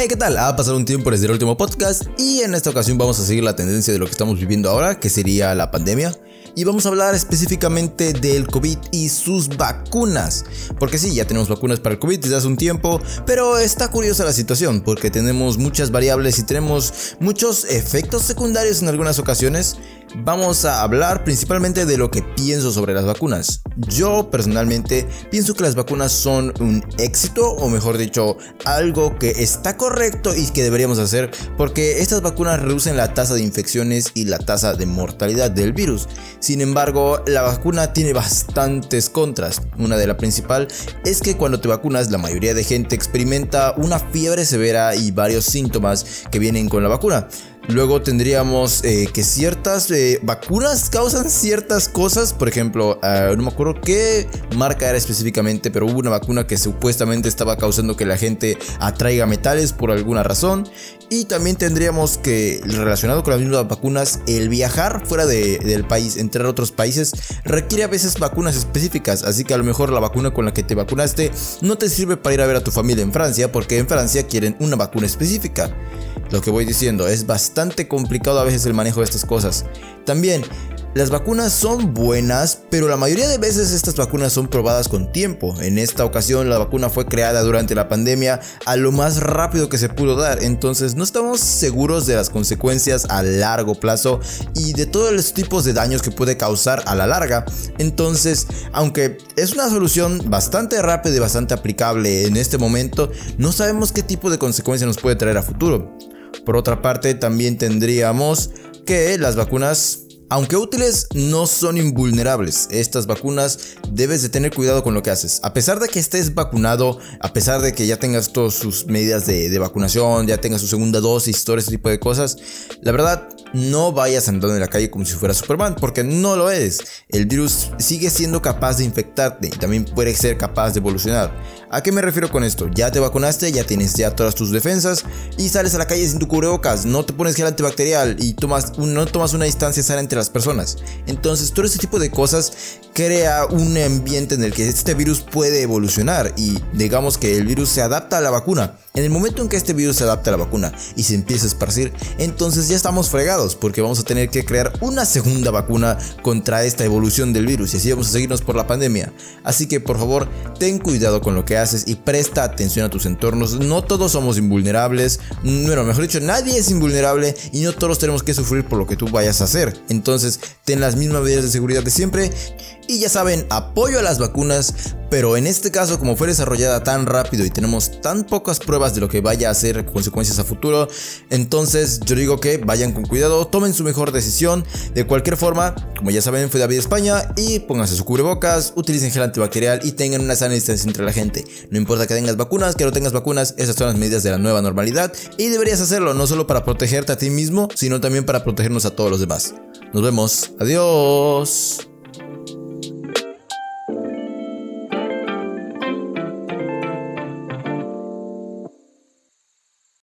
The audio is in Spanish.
Hey, ¿qué tal? Ha pasado un tiempo desde el último podcast y en esta ocasión vamos a seguir la tendencia de lo que estamos viviendo ahora, que sería la pandemia. Y vamos a hablar específicamente del COVID y sus vacunas. Porque sí, ya tenemos vacunas para el COVID desde hace un tiempo, pero está curiosa la situación porque tenemos muchas variables y tenemos muchos efectos secundarios en algunas ocasiones. Vamos a hablar principalmente de lo que pienso sobre las vacunas. Yo personalmente pienso que las vacunas son un éxito, o mejor dicho, algo que está correcto y que deberíamos hacer, porque estas vacunas reducen la tasa de infecciones y la tasa de mortalidad del virus. Sin embargo, la vacuna tiene bastantes contras. Una de las principales es que cuando te vacunas, la mayoría de gente experimenta una fiebre severa y varios síntomas que vienen con la vacuna. Luego tendríamos que ciertas vacunas causan ciertas cosas. Por ejemplo, no me acuerdo qué marca era específicamente, pero hubo una vacuna que supuestamente estaba causando que la gente atraiga metales por alguna razón. Y también tendríamos que, relacionado con las mismas vacunas, el viajar fuera del país, entrar a otros países, requiere a veces vacunas específicas. Así que a lo mejor la vacuna con la que te vacunaste no te sirve para ir a ver a tu familia en Francia, porque en Francia quieren una vacuna específica. Lo que voy diciendo, es bastante complicado a veces el manejo de estas cosas. También, las vacunas son buenas, pero la mayoría de veces estas vacunas son probadas con tiempo. En esta ocasión la vacuna fue creada durante la pandemia a lo más rápido que se pudo dar. Entonces no estamos seguros de las consecuencias a largo plazo y de todos los tipos de daños que puede causar a la larga. Entonces, aunque es una solución bastante rápida y bastante aplicable en este momento, no sabemos qué tipo de consecuencias nos puede traer a futuro. Por otra parte, también tendríamos que las vacunas, aunque útiles, no son invulnerables. Estas vacunas debes de tener cuidado con lo que haces. A pesar de que estés vacunado, a pesar de que ya tengas todas sus medidas de vacunación, ya tengas su segunda dosis, todo ese tipo de cosas, la verdad, no vayas andando en la calle como si fuera Superman, porque no lo eres. El virus sigue siendo capaz de infectarte y también puede ser capaz de evolucionar. ¿A qué me refiero con esto? Ya te vacunaste, ya tienes todas tus defensas y sales a la calle sin tu cubrebocas, no te pones gel antibacterial y no tomas una distancia sana entre las personas. Entonces todo este tipo de cosas crea un ambiente en el que este virus puede evolucionar y digamos que el virus se adapta a la vacuna. En el momento en que este virus se adapta a la vacuna y se empieza a esparcir, entonces ya estamos fregados porque vamos a tener que crear una segunda vacuna contra esta evolución del virus y así vamos a seguirnos por la pandemia. Así que por favor, ten cuidado con lo que haces y presta atención a tus entornos. No todos somos invulnerables, bueno, mejor dicho, nadie es invulnerable y no todos tenemos que sufrir por lo que tú vayas a hacer. Entonces, ten las mismas medidas de seguridad de siempre. Y ya saben, apoyo a las vacunas, pero en este caso, como fue desarrollada tan rápido y tenemos tan pocas pruebas de lo que vaya a ser consecuencias a futuro, entonces yo digo que vayan con cuidado, tomen su mejor decisión. De cualquier forma, como ya saben, fui David España y pónganse su cubrebocas, utilicen gel antibacterial y tengan una sana distancia entre la gente. No importa que tengas vacunas, que no tengas vacunas, esas son las medidas de la nueva normalidad y deberías hacerlo no solo para protegerte a ti mismo, sino también para protegernos a todos los demás. Nos vemos, adiós.